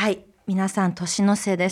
はい、皆さん年の瀬です。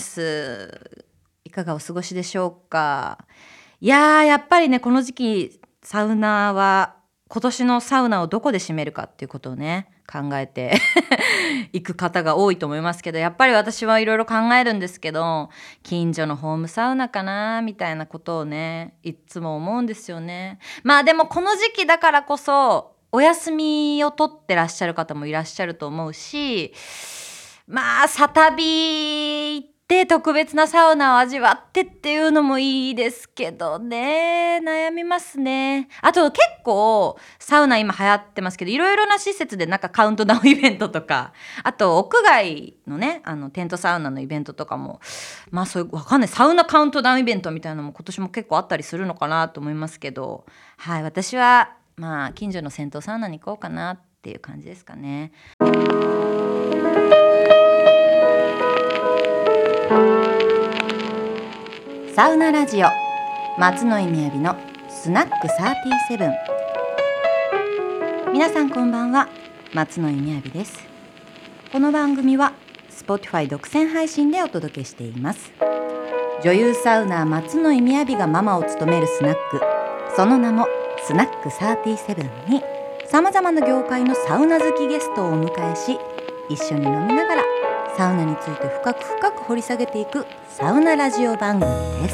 いかがお過ごしでしょうか。やっぱりね、この時期サウナは今年のサウナをどこで締めるかっていうことをね考えて行く方が多いと思いますけど、やっぱり私はいろいろ考えるんですけど、近所のホームサウナかなみたいなことをねいつも思うんですよね。まあでもこの時期だからこそお休みを取ってらっしゃる方もいらっしゃると思うし、まあサ旅行って特別なサウナを味わってっていうのもいいですけどね、悩みますね。あと結構サウナ今流行ってますけど、いろいろな施設でなんかカウントダウンイベントとか、あと屋外のねテントサウナのイベントとかも、まあそういうわかんないサウナカウントダウンイベントみたいなのも今年も結構あったりするのかなと思いますけど、はい、私はまあ近所の銭湯サウナに行こうかなっていう感じですかね。サウナラジオ松野井みやびのスナック37。皆さんこんばんは、松野井みやびです。この番組は Spotify 独占配信でお届けしています。女優サウナー松野井みやびがママを務めるスナック、その名もスナック37にさまざまな業界のサウナ好きゲストをお迎えし、一緒に飲みながらサウナについて深く深く掘り下げていくサウナラジオ番組です。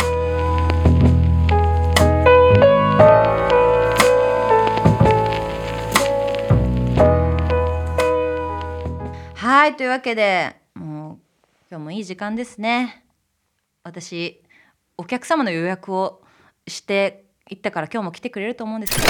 はい、というわけでもう今日もいい時間ですね。私お客様の予約をしていったから今日も来てくれると思うんですけど、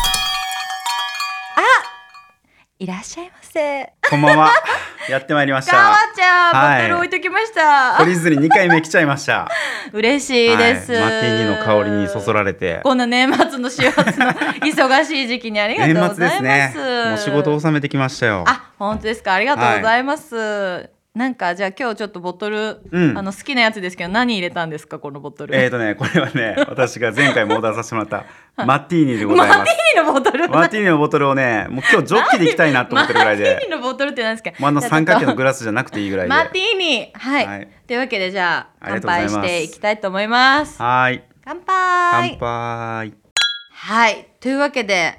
いらっしゃいませ。 こんばんは。やってまいりました。 かわちゃん、ボトル置いときました。 懲りずに2回目来ちゃいました。 嬉しいです、 マティーニの香りにそそられて、 こんな年末の師走の忙しい時期にありがとうございます。 年末ですね。もう仕事を収めてきましたよ。 本当ですか。ありがとうございます。なんかじゃあ今日ちょっとボトル、好きなやつですけど何入れたんですかこのボトル。 これはね私が前回もオーダーさせてもらったマティーニでございます。 マティーニのボトル。 マティーニのボトルをね、もう今日ジョッキでいきたいなと思ってるぐらいで。 マティーニのボトルって何ですか。 三角形のグラスじゃなくていいぐらいで。 マティーニ、はい、というわけでじゃあ乾杯していきたいと思います。 はい。 乾杯。 乾杯。 はい、というわけで、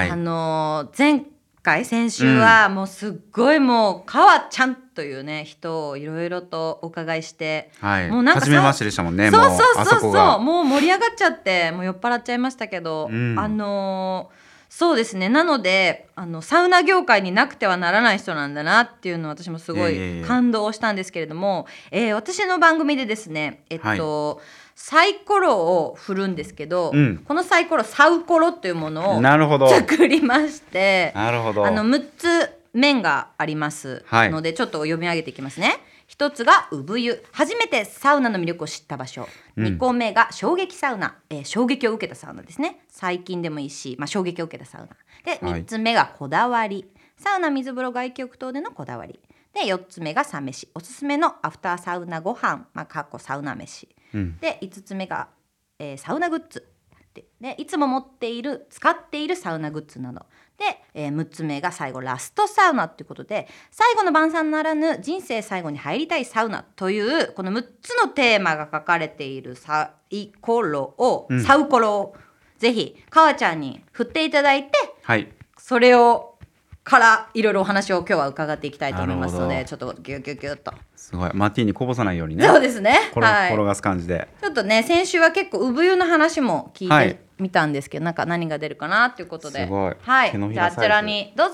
先週はもうすっごいもうかわちゃんというね人をいろいろとお伺いして、 もうなんか初めましてでしたもんね。 そうもう盛り上がっちゃってもう酔っ払っちゃいましたけど、そうですね。なのでサウナ業界になくてはならない人なんだなっていうのを私もすごい感動したんですけれども、私の番組でですねサイコロを振るんですけど、このサイコロサウコロというものを作りまして、6つ面がありますので、ちょっと読み上げていきますね。1つが産湯、初めてサウナの魅力を知った場所。2個目が衝撃サウナ、衝撃を受けたサウナですね。最近でもいいし、衝撃を受けたサウナで、3つ目がこだわり、サウナ水風呂外気浴等でのこだわりで、4つ目がサ飯、おすすめのアフターサウナご飯、かっこサウナ飯で、5つ目が、サウナグッズでいつも持っている使っているサウナグッズなどで、6つ目が最後ラストサウナということで、最後の晩餐ならぬ人生最後に入りたいサウナというこの6つのテーマが書かれているサイコロを、サウコロをぜひかわちゃんに振っていただいて、それをからいろいろお話を今日は伺っていきたいと思いますので、ちょっとギュギュギュッとすごいマティーニこぼさないようにね。 そうですね、 転がす感じで、 ちょっとね先週は結構産湯の話も聞いてみたんですけど、なんか何が出るかなっていうことで、 すごい、 じゃああちらにどうぞ。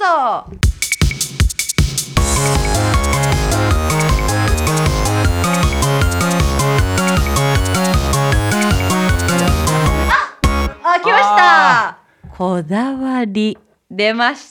来ました、こだわり出ました。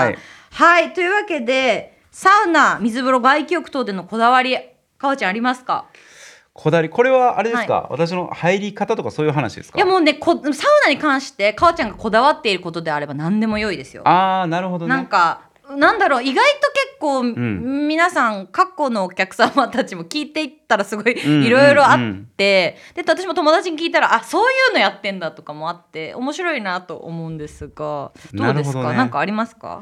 というわけでサウナ水風呂外気浴等でのこだわり、かわちゃんありますか。 こだわり、これはあれですか、私の入り方とかそういう話ですか。 いやもうねサウナに関してかわちゃんがこだわっていることであれば何でも良いですよ。 なるほどね。 なんかなんだろう、意外と結構、皆さん過去のお客様たちも聞いていったらすごいいろいろあって、で私も友達に聞いたらそういうのやってんだとかもあって面白いなと思うんですが、どうですか、なんかありますか。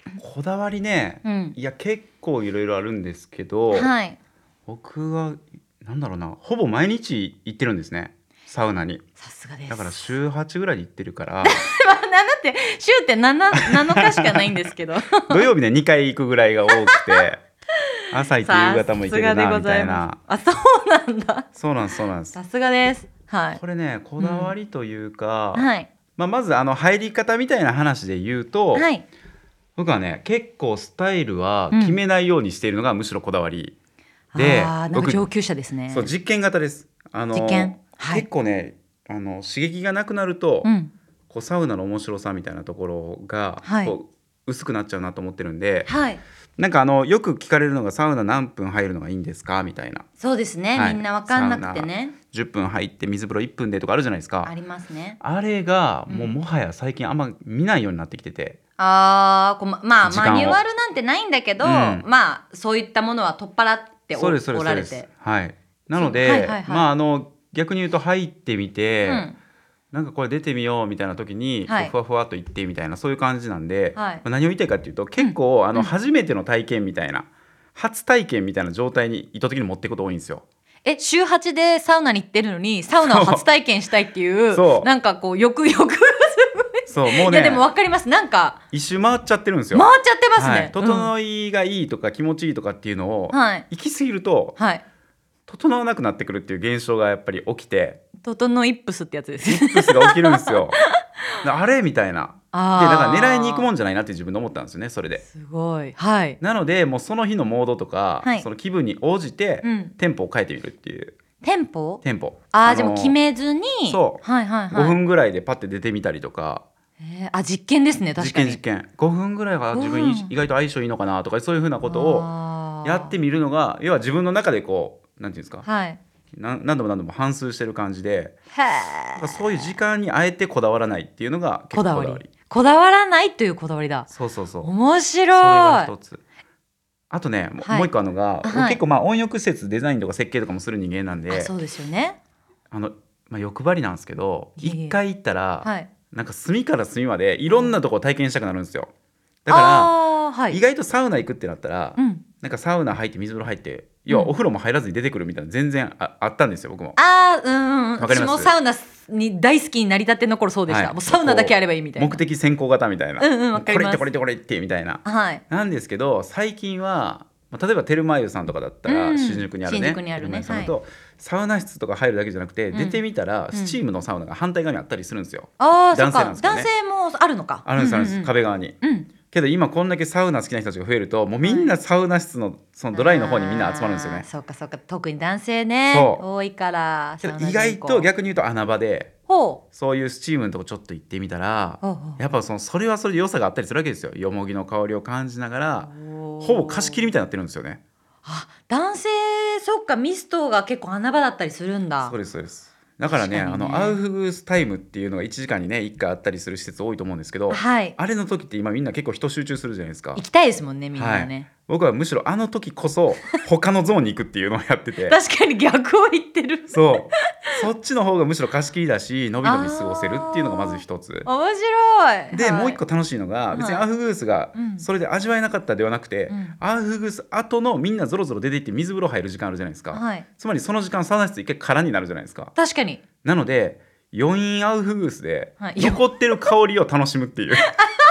こだわりね、いや結構いろいろあるんですけど、 はい、 僕はなんだろうな、ほぼ毎日行ってるんですね、サウナに。 さすがです。 だから週8ぐらいで行ってるからなんだって週って7日しかないんですけど土曜日ね2回行くぐらいが多くて朝行って夕方も行けるなみたいな。 あ、そうなんだ。 そうなんですそうなんです。 さすがです。はい。 これねこだわりというか、 はい。 まず入り方みたいな話で言うと、 はい。 僕はね結構スタイルは決めないようにしているのがむしろこだわり、でなんか上級者ですね。 そう実験型です。 実験、はい、 結構ね刺激がなくなると、こうサウナの面白さみたいなところが、こう薄くなっちゃうなと思ってるんで、なんかよく聞かれるのがサウナ何分入るのがいいんですかみたいな。 そうですね、みんな分かんなくてね。 10分入って水風呂1分でとかあるじゃないですか。 ありますね。 あれがもはや最近あんま見ないようになってきてて、 まあマニュアルなんてないんだけど、まあそういったものは取っ払っておられて、 はい、なので逆に言うと入ってみて、なんかこれ出てみようみたいな時に、ふわふわっと言ってみたいなそういう感じなんで、何を言いたいかっていうと結構初めての体験みたいな、初体験みたいな状態に意図的に持っていくこと多いんですよ。 週8でサウナに行ってるのにサウナを初体験したいっていうなんかこうよくそうもうね、 いやでも分かります。なんか一周回っちゃってるんですよ。 回っちゃってますね。 整いがいいとか気持ちいいとかっていうのを、行き過ぎると、整わなくなってくるっていう現象がやっぱり起きて、 整いップスってやつです。 イップスが起きるんですよあれみたいな。でだから狙いに行くもんじゃないなって自分で思ったんですよね、それで。 すごい、はい、 なのでもうその日のモードとか、その気分に応じて、テンポを変えてみるっていう。 テンポじゃあも決めずに、 そう、5分ぐらいでパッて出てみたりとか。 実験ですね。確かに実験5分ぐらいが自分意外と相性いいのかなとか、そういうふうなことをやってみるのが、要は自分の中でこうなんていうんですか、何度も反芻してる感じで、そういう時間にあえてこだわらないっていうのが結構こだわり。 こだわらないというこだわりだ。 そう面白い。 それが一つ。あとね、もう一個あるのが、結構温浴施設デザインとか設計とかもする人間なんで、 そうですよね。 欲張りなんですけど、一回行ったら、なんか隅から隅までいろんなとこ体験したくなるんですよ。だから意外とサウナ行くってなったら、なんかサウナ入って水風呂入って、要はお風呂も入らずに出てくるみたいな全然 あったんですよ、僕も。 私もサウナに大好きになりたての頃そうでした。もうサウナだけあればいいみたいな。 目的先行型みたいな。これ行ってこれ行ってこれ行ってみたいな。なんですけど最近は例えばテルマー湯さんとかだったら、新宿にあるね、テルマー湯さんだと、サウナ室とか入るだけじゃなくて、出てみたらスチームのサウナが反対側にあったりするんですよ。男性なんですけどね。 男性もあるのか。 あるんです、壁側に。けど今こんだけサウナ好きな人たちが増えると、もうみんなサウナ室のそのドライの方にみんな集まるんですよね。 そうか特に男性ね多いから。 意外と逆に言うと穴場で、そういうスチームのとこちょっと行ってみたら、やっぱそれはそれで良さがあったりするわけですよ。よもぎの香りを感じながら、ほぼ貸し切りみたいになってるんですよね。 男性そっか、ミストが結構穴場だったりするんだ。 そうですだからね、アウフグースタイムっていうのが1時間にね1回あったりする施設多いと思うんですけど、あれの時って今みんな結構人集中するじゃないですか。 行きたいですもんね、みんなね。 僕はむしろあの時こそ他のゾーンに行くっていうのをやってて確かに逆を言ってる。 そっちの方がむしろ貸し切りだし、のびのび過ごせるっていうのがまず一つ。 面白い。 で、もう一個楽しいのが、別にアウフグースがそれで味わえなかったではなくて、アウフグース後のみんなぞろぞろ出ていって水風呂入る時間あるじゃないですか。つまりその時間サウナ室一回空になるじゃないですか。 確かに。 なので余韻アウフグースで残ってる香りを楽しむっていう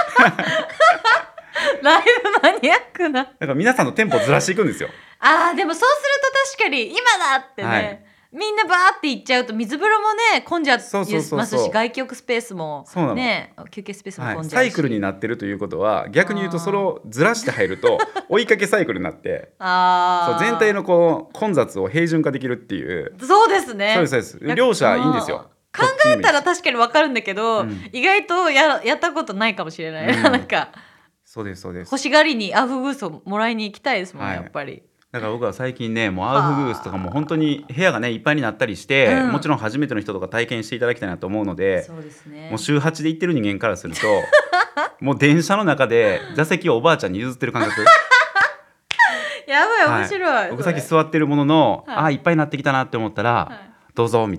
ライブマニアックな。 だから皆さんのテンポをずらしていくんですよ。 でもそうすると確かに今だってね、みんなバーって行っちゃうと水風呂もね混んじゃいますし、外気浴スペースもね、休憩スペースも混んじゃうし、 サイクルになってるということは、逆に言うとそれをずらして入ると追いかけサイクルになって全体のこう混雑を平準化できるっていう。 そうですね。 そうです両者いいんですよ。 考えたら確かに分かるんだけど、意外とやったことないかもしれない、なんかそうです欲しがりにアウフグースをもらいに行きたいですもんね、やっぱり。 だから僕は最近ね、もうアウフグースとかも本当に部屋がねいっぱいになったりして、もちろん初めての人とか体験していただきたいなと思うので、 そうですね、 もう週8で行ってる人間からするともう電車の中で座席をおばあちゃんに譲ってる感覚やばい、面白い、 僕さっき座ってるものの、いっぱいになってきたなって思ったら、どうぞみたいな。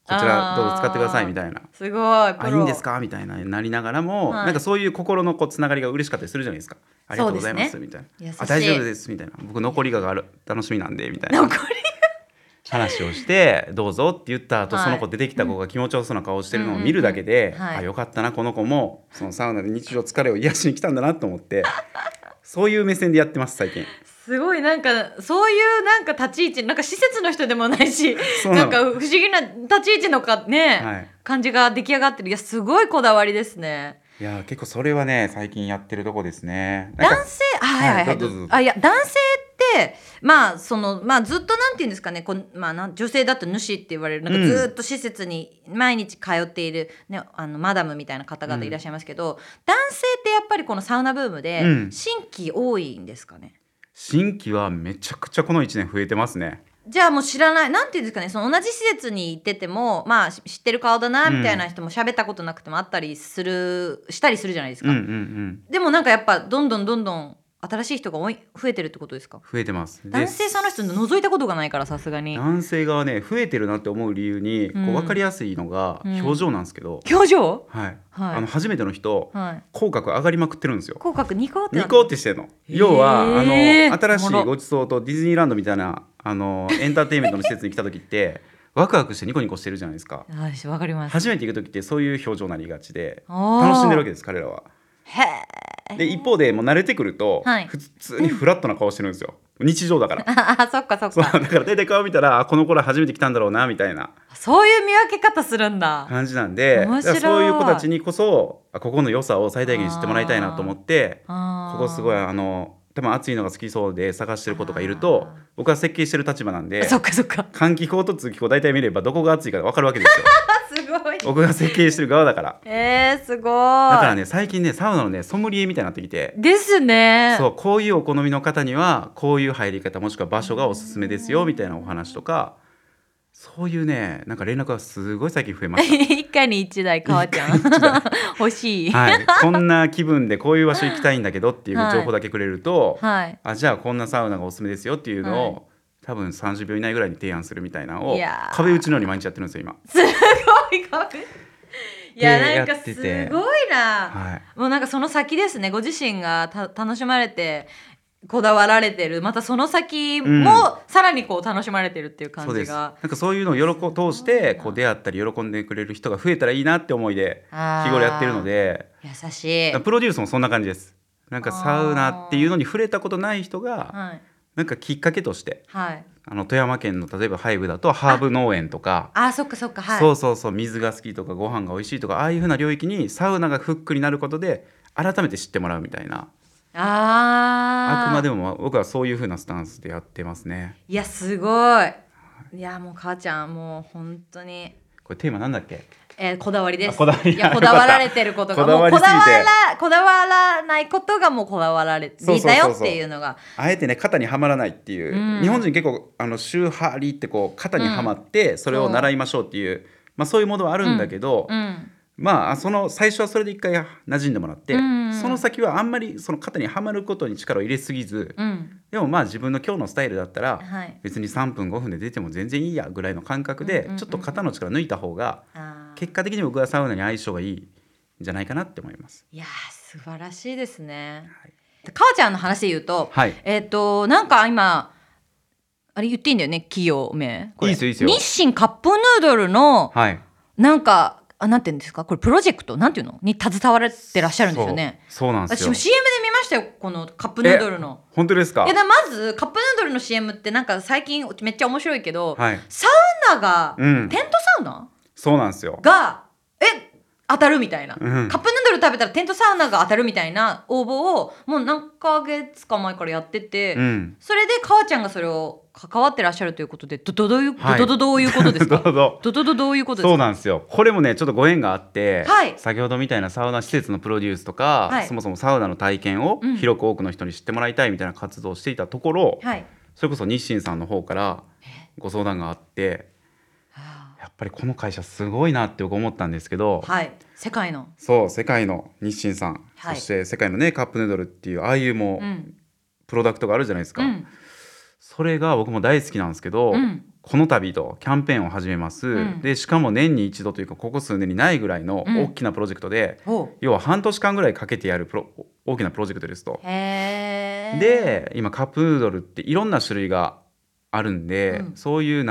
こちらどうぞ使ってくださいみたいな、 すごい、 いいんですかみたいななりながらも、なんかそういう心のつながりが嬉しかったりするじゃないですか。ありがとうございますみたいな、大丈夫ですみたいな、僕残りが楽しみなんでみたいな話をしてどうぞって言った後、その子出てきた子が気持ちよさそうな顔してるのを見るだけで、あ、よかったな、この子もそのサウナで日常疲れを癒しに来たんだなと思ってそういう目線でやってます最近。 すごい、なんかそういうなんか立ち位置、なんか施設の人でもないし、なんか不思議な立ち位置の感じが出来上がってる。いや、すごいこだわりですね。 いや、結構それはね最近やってるとこですね。 男性、いや、男性ってずっとなんていうんですかね、女性だと主って言われる、なんかずっと施設に毎日通っている、ね、マダムみたいな方々いらっしゃいますけど、男性ってやっぱりこのサウナブームで新規多いんですかね。 新規はめちゃくちゃこの1年増えてますね。 じゃあもう知らない、なんていうんですかね、その同じ施設に行ってても、知ってる顔だなみたいな人も喋ったことなくてもあったりしたりするじゃないですか、でもなんかやっぱどんどん新しい人が増えてるってことですか。 増えてます。 男性さんの人覗いたことがないから、さすがに男性がね増えてるなって思う理由に、分かりやすいのが表情なんですけど、 表情、 初めての人、口角上がりまくってるんですよ。 口角ニコってしてるの。要は新しいごちそうとディズニーランドみたいなエンターテインメントの施設に来た時ってワクワクしてニコニコしてるじゃないですか。 わかります。 初めて行く時ってそういう表情になりがちで楽しんでるわけです、彼らは。で一方でもう慣れてくると、普通にフラットな顔してるんですよ、日常だからそっかだから大体顔見たらこの子ら初めて来たんだろうなみたいな、 そういう見分け方するんだ感じなんで、そういう子たちにこそここの良さを最大限知ってもらいたいなと思って、ここすごい多分暑いのが好きそうで探してる子とかいると、僕は設計してる立場なんで、換気口と通気口大体見ればどこが暑いか分かるわけですよすごい、 僕が設計してる側だから。 すごい。だからね最近ねサウナのねソムリエみたいになってきて。 ですね。 そう、こういうお好みの方にはこういう入り方もしくは場所がおすすめですよみたいなお話とか、そういうねなんか連絡がすごい最近増えました一家に一台かわちゃん欲しい、 こんな気分でこういう場所行きたいんだけどっていう情報だけくれると、じゃあこんなサウナがおすすめですよっていうのを、多分30秒以内ぐらいに提案するみたいなのを壁打ちのように毎日やってるんですよ今。 すごい壁。いやなんかすごいな、もうなんかその先ですね、ご自身が楽しまれてこだわられてる、またその先もさらにこう楽しまれてるっていう感じが、 なんかそういうのを通してこう出会ったり喜んでくれる人が増えたらいいなって思いで日頃やってるので。 優しい。 プロデュースもそんな感じです。なんかサウナっていうのに触れたことない人が、なんかきっかけとして、富山県の例えばハイブだとハーブ農園とか、 そっか、 そう水が好きとかご飯が美味しいとか、ああいう風な領域にサウナがフックになることで改めて知ってもらうみたいな。あくまでも僕はそういう風なスタンスでやってますね。 いやすごい。いやもう母ちゃんもう本当に。 これテーマなんだっけ？ こだわりです。 こだわられてることがもうこだわらないことがもうこだわられていたよっていうのが、 あえてね肩にはまらないっていう、日本人結構宗派理ってこう肩にはまってそれを習いましょうっていう、そういうものはあるんだけど、その最初はそれで一回馴染んでもらって、その先はあんまりその肩にはまることに力を入れすぎず、でも自分の今日のスタイルだったら、別に3分5分で出ても全然いいやぐらいの感覚で、ちょっと肩の力抜いた方が結果的に僕はサウナに相性がいいんじゃないかなって思います。 いや素晴らしいですね。かわちゃんの話で言うと、なんか今あれ言っていいんだよね、企業名。 いいですよ。 日清カップヌードルの、なんかなんていうんですか、これプロジェクトなんていうのに携われてらっしゃるんですよね。 そうなんですよ。 私も CM で見ましたよ、このカップヌードルの。 本当ですか？ まずカップヌードルの CM ってなんか最近めっちゃ面白いけど、サウナが、テントサウナそうなんですよが当たるみたいな、カップヌードル食べたらテントサウナが当たるみたいな応募をもう何ヶ月か前からやってて、それで母ちゃんがそれを関わってらっしゃるということで、どういうことですか？どういうことですか？ そうなんですよ。これもねちょっとご縁があって、先ほどみたいなサウナ施設のプロデュースとか、そもそもサウナの体験を広く多くの人に知ってもらいたいみたいな活動をしていたところ、それこそ日清さんの方からご相談があって、やっぱりこの会社すごいなって僕思ったんですけど、世界の日清さん、そして世界のねカップヌードルっていうああいうもう、プロダクトがあるじゃないですか、それが僕も大好きなんですけど、 この度とキャンペーンを始めます、でしかも年に一度というかここ数年にないぐらいの大きなプロジェクトで、要は半年間ぐらいかけてやる大きなプロジェクトですと。で今カップヌードルっていろんな種類があるんで、そういう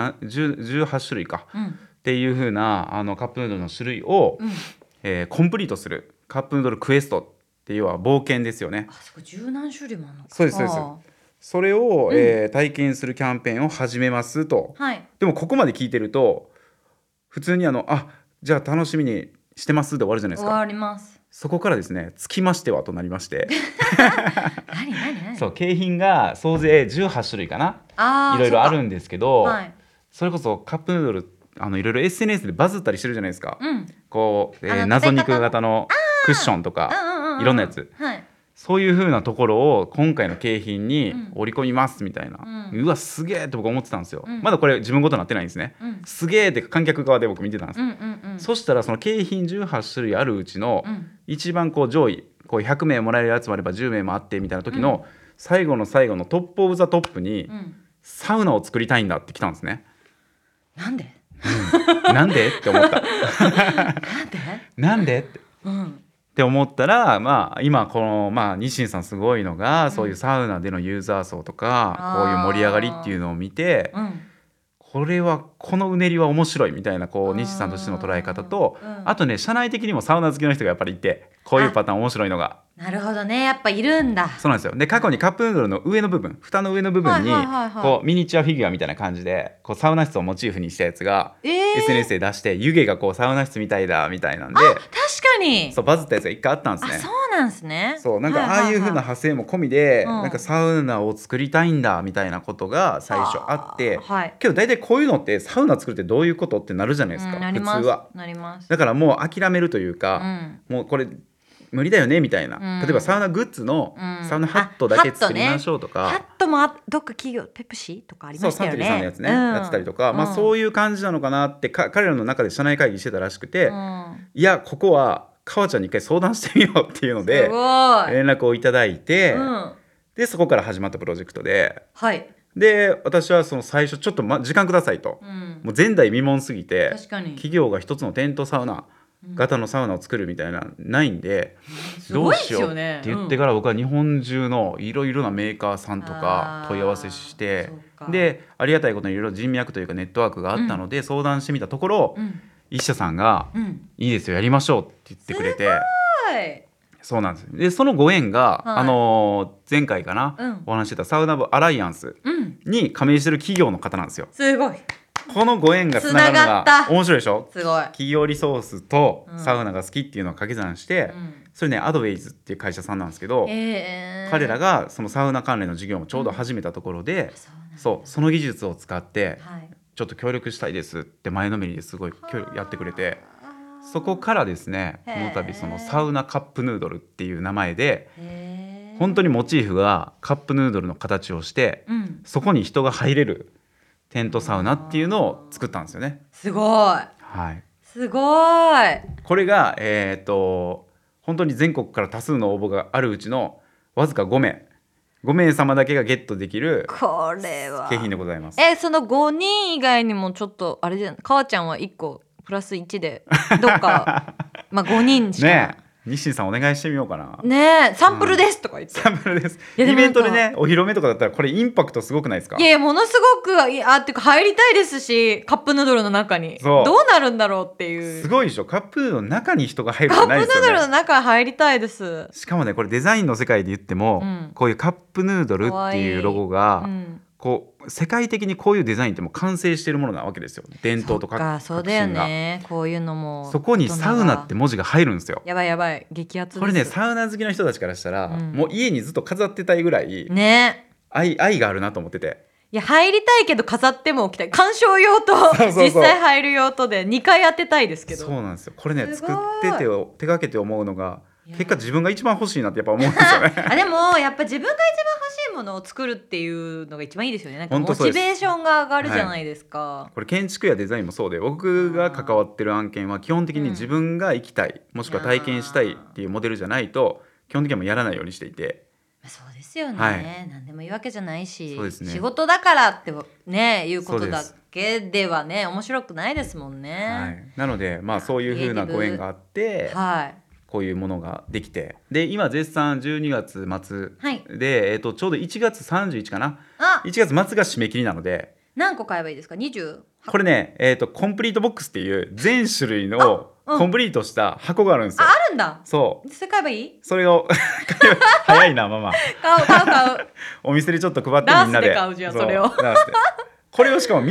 18種類か、っていう風なカップヌードルの種類を、コンプリートするカップヌードルクエストっていうは冒険ですよね。 そこ10何種類もあるのか。 そうですそうです。それを、体験するキャンペーンを始めますと、でもここまで聞いてると普通にじゃあ楽しみにしてますで終わるじゃないですか。 終わります。 そこからですね、つきましてはとなりまして何そう、景品が総勢18種類かな、いろいろあるんですけど、それこそカップヌードルいろいろ SNS でバズったりしてるじゃないですか、こう、謎肉型のクッションとかいろんなやつ、そういう風なところを今回の景品に織り込みますみたいな、うわすげえって僕思ってたんですよ、まだこれ自分ごとになってないんですね、すげえって観客側で僕見てたんです、そしたらその景品18種類あるうちの一番こう上位こう100名もらえるやつもあれば10名もあってみたいな時の最後の最後のトップオブザトップにサウナを作りたいんだって来たんですね。 なんで、 なんでって思ったなんでって、って思ったら、今この、日清さんすごいのが、そういうサウナでのユーザー層とかこういう盛り上がりっていうのを見て、これはこのうねりは面白いみたいなこう西さんとしての捉え方と、あとね社内的にもサウナ好きの人がやっぱりいて、こういうパターン面白いのが。 なるほどね、やっぱいるんだ。 そうなんですよ。で過去にカップヌードルの上の部分、蓋の上の部分にこうミニチュアフィギュアみたいな感じでこうサウナ室をモチーフにしたやつが SNS で出して、湯気がこうサウナ室みたいだみたいなんで、 確かにそうバズったやつが一回あったんですね。 そうなんですね。 そうなんかああいう風な派生も込みで、なんかサウナを作りたいんだみたいなことが最初あって、けど大体こういうのってサウナ作るってどういうことってなるじゃないですか、普通は。 なります。 だからもう諦めるというか、もうこれ無理だよねみたいな、例えばサウナグッズのサウナハットだけ作りましょうとか、 ハットもどっか企業ペプシとかありましたよね。 そうサントリーさんのやつね、やってたりとか、そういう感じなのかなって彼らの中で社内会議してたらしくて、いやここは川ちゃんに一回相談してみようっていうので連絡をいただいて、でそこから始まったプロジェクトで、で私はその最初ちょっと、時間くださいと、もう前代未聞すぎて、企業が一つのテントサウナ型のサウナを作るみたいなないんで、どうしようって言ってから僕は日本中のいろいろなメーカーさんとか問い合わせして、でありがたいことにいろいろ人脈というかネットワークがあったので相談してみたところ、一社さんがいいですよやりましょうって言ってくれて、そうなんです。でそのご縁が、前回かな、お話してたサウナ部アライアンスに加盟してる企業の方なんですよ。 すごい。 このご縁がつながるのが面白いでしょ。 すごい。 企業リソースとサウナが好きっていうのを掛け算して、それねアドウェイズっていう会社さんなんですけど、彼らがそのサウナ関連の事業もちょうど始めたところで、その技術を使って、ちょっと協力したいですって前のめりですごいやってくれて、そこからですねこの度そのサウナカップヌードルっていう名前で、本当にモチーフがカップヌードルの形をして、そこに人が入れるテントサウナっていうのを作ったんですよね。 すごい、すごい。 これが本当に全国から多数の応募があるうちのわずか5名様だけがゲットできる景品でございます。 その5人以外にもちょっとあれじゃん、川ちゃんは1個プラス1でどっか5人しかね西井さんお願いしてみようかな。 ねえ、サンプルですとか言って、 サンプルです。イベントでねお披露目とかだったらこれインパクトすごくないですか。 いやものすごくっていうか入りたいですし、カップヌードルの中にどうなるんだろうっていう。 すごいでしょ。カップヌードルの中に人が入るってないですよね。 カップヌードルの中に入りたいです。 しかもねこれデザインの世界で言っても、こういうカップヌードルっていうロゴがこう世界的にこういうデザインってもう完成しているものなわけですよ。伝統とかそうだよね。こういうのもそこにサウナって文字が入るんですよ。 やばいやばい、激アツです。 これねサウナ好きの人たちからしたら、もう家にずっと飾ってたいぐらい、愛があるなと思ってて。 いや入りたいけど飾ってもおきたい、鑑賞用と実際入る用とで2回当てたいですけど。 そうなんですよ。これね作ってて手掛けて思うのが、結果自分が一番欲しいなってやっぱ思うんですよねでもやっぱ自分が一番欲しいものを作るっていうのが一番いいですよね。なんかモチベーションが上がるじゃないですか。 これ建築やデザインもそうで、僕が関わってる案件は基本的に自分が行きたい、もしくは体験したいっていうモデルじゃないと基本的にはもうやらないようにしていて。 そうですよね、何でもいいわけじゃないし、 そうですね、 仕事だからってねいうことだけではね面白くないですもんね、 はい、なのでまあそういう風なご縁があって、 はい、 こういうものができて、で今絶賛12月末で、 はい、 ちょうど1月31かな、 あ、 1月末が締め切りなので、 何個買えばいいですか？20？ これね、コンプリートボックスっていう全種類のコンプリートした箱があるんですよ。 あるんだ。 そう。 それ買えばいい？ それを早いなママ。 買う。 お店でちょっと配ってみんなで。 ダースで買うじゃんそれを。 これをしかも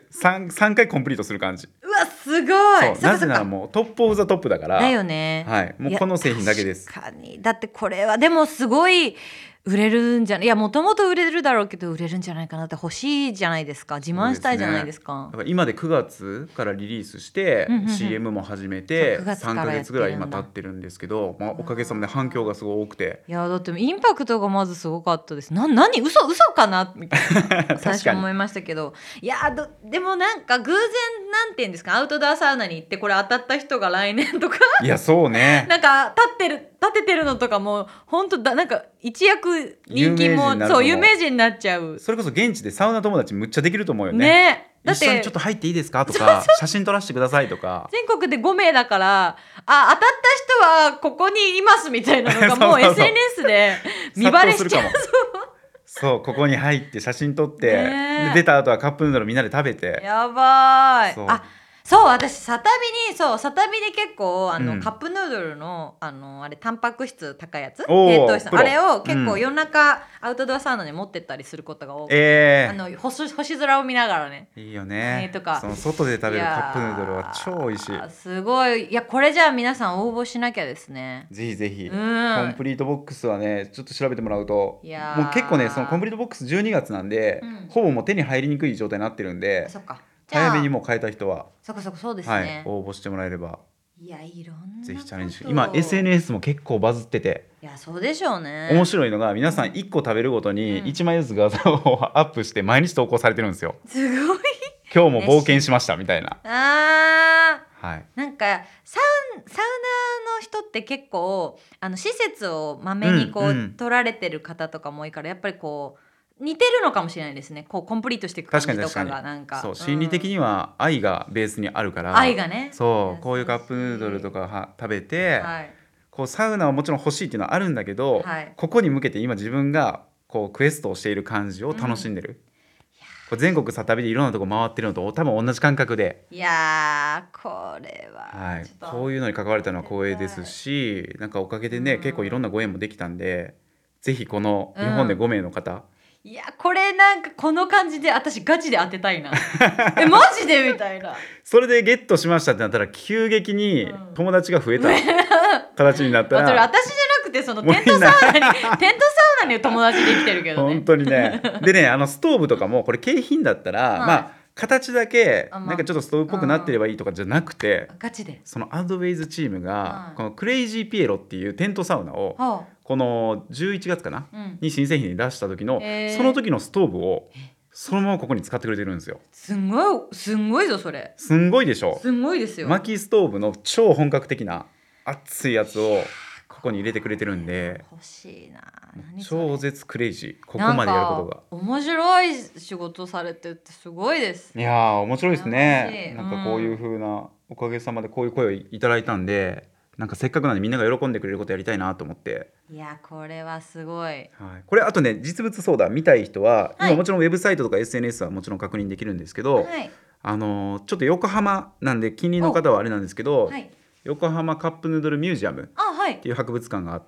3回コンプリートする感じ。 うわすごい。 なぜならもうトップオブザトップだから。 だよね。 はい。もうこの製品だけです。 確かに。だってこれはでもすごい売れるんじゃない？いやもともと売れるだろうけど売れるんじゃないかなって、欲しいじゃないですか。自慢したいじゃないですか。 だから今で9月からリリースして、CM も始めて3ヶ月ぐらい今経ってるんですけど、まあ、おかげさまで反響がすごい多くて、 いやだってインパクトがまずすごかったです。何嘘かなみたいな最初思いましたけど、いやでもなんか偶然なんて言うんですか、アウトドアサウナに行ってこれ当たった人が来年とかいやそうねなんか立ててるのとかも本当だ、なんか一躍人気もそう有名人になっちゃう。 それこそ現地でサウナ友達むっちゃできると思うよね。 ね、だって一緒にちょっと入っていいですかとか写真撮らせてくださいとか、 全国で5名だから当たった人はここにいますみたいなのがもう SNS で見バレしちゃう。 そうここに入って写真撮って、で出た後はカップヌードルみんなで食べて、 やばい。そう私サタビで結構カップヌードルのあれタンパク質高いやつ、低糖質のあれを結構夜中、アウトドアサウナに持ってったりすることが多くて、星空を見ながらね。 いいよね。 とかその外で食べるカップヌードルは超美味しい。 すごい。いやこれじゃあ皆さん応募しなきゃですね。 ぜひぜひ、コンプリートボックスはねちょっと調べてもらうと、もう結構ねそのコンプリートボックス12月なんで、ほぼもう手に入りにくい状態になってるんで、 そっか、 早めにもう買えた人はそうですね、 応募してもらえれば、 いやいろんなぜひチャレンジして、今 SNS も結構バズってて、 いやそうでしょうね。 面白いのが皆さん1個食べるごとに1枚ずつ画像をアップして毎日投稿されてるんですよ。 すごい。 今日も冒険しましたみたいな。 はい、なんかサウナの人って結構施設をまめに取られてる方とかも多いから、やっぱり似てるのかもしれないですね。コンプリートしていく感じとかがなんか、 そう心理的には愛がベースにあるから、 愛がね、 そうこういうカップヌードルとか食べて、サウナはもちろん欲しいっていうのはあるんだけど、ここに向けて今自分がクエストをしている感じを楽しんでる、全国サタビでいろんなとこ回ってるのと多分同じ感覚で、 いやこれは、 こういうのに関われたのは光栄ですし、なんかおかげでね、結構いろんなご縁もできたんで、ぜひこの日本で5名の方、 いやこれなんかこの感じで私ガチで当てたいなマジでみたいな。 それでゲットしましたってなったら急激に友達が増えた形になったら、 私じゃなくてそのテントサウナに友達できてるけどね本当にね。でねストーブとかもこれ景品だったら、形だけなんかちょっとストーブっぽくなってればいいとかじゃなくて、 ガチでそのアドウェイズチームがこのクレイジーピエロっていうテントサウナをこの11月かな、に新製品に出した時のその時のストーブをそのままここに使ってくれてるんですよ。 すんごいぞそれ。 すんごいでしょ。 すんごいですよ。 薪ストーブの超本格的な熱いやつをここに入れてくれてるんで、 欲しいな。 超絶クレイジー、ここまでやることが。 面白い仕事されてってすごいです。 いや面白いですね。なんかこういう風な、おかげさまでこういう声をいただいたんで、なんかせっかくなんでみんなが喜んでくれることやりたいなと思って。 いやこれはすごい、 これあとね実物相談見たい人は、今もちろんウェブサイトとか SNS はもちろん確認できるんですけど、ちょっと横浜なんで近隣の方はあれなんですけど、横浜カップヌードルミュージアムっていう博物館があって、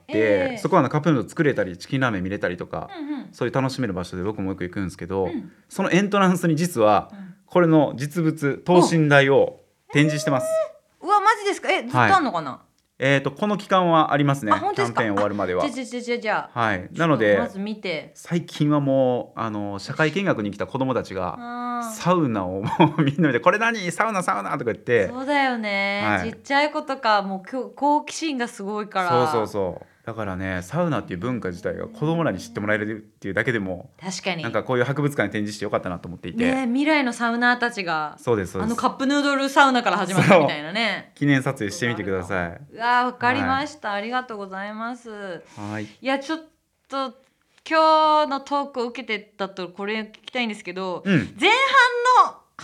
そこはカップヌードル作れたりチキンラーメン見れたりとか、そういう楽しめる場所で僕もよく行くんですけど、そのエントランスに実はこれの実物等身大を展示してます。 うわマジですか。ずっとあんのかな。 この期間はありますね。キャンペーン終わるまでは。 じゃあ、 はい、なのでまず見て、 最近はもう社会見学に来た子どもたちがサウナをもうみんなでこれ何サウナとか言って。 そうだよね、ちっちゃい子とかもう好奇心がすごいから。 そうだからね、サウナっていう文化自体が子どもらに知ってもらえるっていうだけでも、 確かになんかこういう博物館に展示してよかったなと思っていて、 未来のサウナーたちがそうですカップヌードルサウナから始まったみたいなね、 記念撮影してみてください。 うわわかりました、ありがとうございます。いやちょっと今日のトークを受けてだとこれ聞きたいんですけど、前半の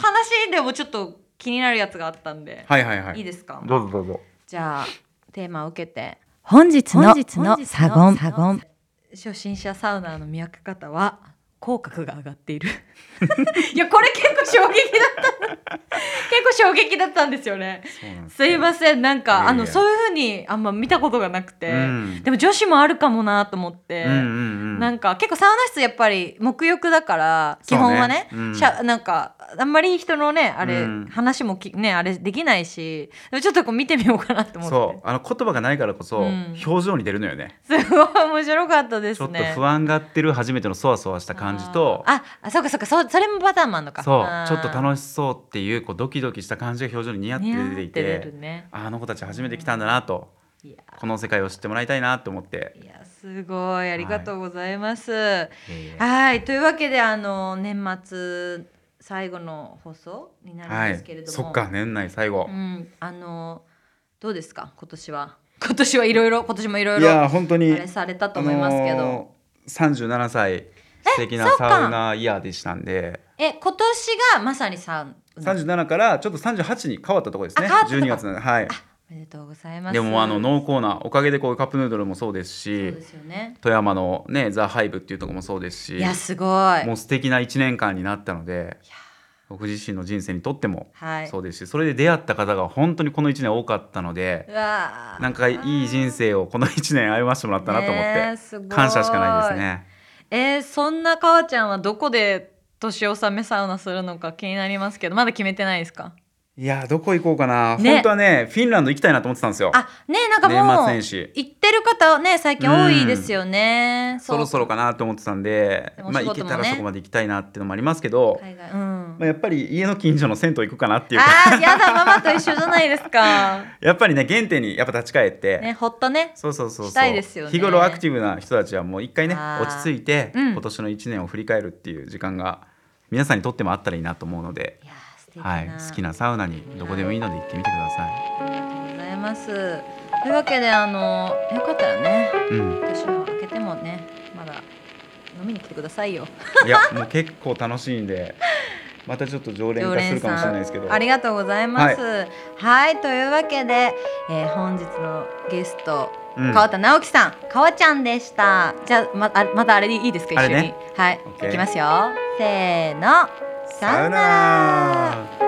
話でもちょっと気になるやつがあったんで、 はいはいはい、 いいですか？ どうぞどうぞ。 じゃあテーマを受けて本日のサゴン初心者サウナーの見分け方は口角が上がっているいやこれ結構衝撃だった結構衝撃だったんですよね。すいません、なんかそういう風にあんま見たことがなくて、でも女子もあるかもなと思って、なんか結構サウナ室やっぱり沐浴だから基本はね、なんかあんまり人のねあれ、話もねあれできないし、ちょっとこう見てみようかなと思って。 そう言葉がないからこそ、表情に出るのよね。 すごい面白かったですね。 ちょっと不安がってる初めてのそわそわした感じと、 そうかそれもパターンもあるのか。 そうちょっと楽しそうっていう、こうドキドキした感じが表情に似合って出ていて、あの子たち初めて来たんだなと、この世界を知ってもらいたいなと思って。 いやすごいありがとうございます。はい、というわけで年末最後の放送になるんですけれども、 そっか年内最後、 どうですか今年はいろいろ今年もいろいろあれされたと思いますけど、 37歳素敵なサウナイヤーでしたんで、 今年がまさにサウナ 37からちょっと38に変わったところですね。12月のはい、 おめでとうございます。 でも濃厚なおかげでこういうカップヌードルもそうですし、 そうですよね、 富山のねザ・ハイブっていうところもそうですし、 いやすごいもう素敵な1年間になったので、僕自身の人生にとってもそうですし、それで出会った方が本当にこの1年多かったので、なんかいい人生をこの1年歩ませてもらったなと思って感謝しかないですね。 そんなかわちゃんはどこで年納めサウナするのか気になりますけど、まだ決めてないですか？ いやどこ行こうかな、本当はねフィンランド行きたいなと思ってたんですよ。 なんかもう行ってる方ね最近多いですよね。 そろそろかなと思ってたんで、行けたらそこまで行きたいなっていうのもありますけど、やっぱり家の近所の銭湯行くかなっていうかやだママと一緒じゃないですかやっぱりね原点にやっぱ立ち返ってほっとねしたいですよね。 日頃アクティブな人たちはもう一回ね落ち着いて、今年の1年を振り返るっていう時間が皆さんにとってもあったらいいなと思うので、好きなサウナにどこでもいいので行ってみてください。 ありがとうございます。というわけでよかったらね、年を明けてもねまだ飲みに来てくださいよいやもう結構楽しいんでまたちょっと常連化するかもしれないですけど、 ありがとうございます。はい、というわけで、本日のゲスト、川田直樹さん、かわちゃんでした。じゃあまたあれでいいですか、一緒に。はい、いきますよ。せーの、さよなら。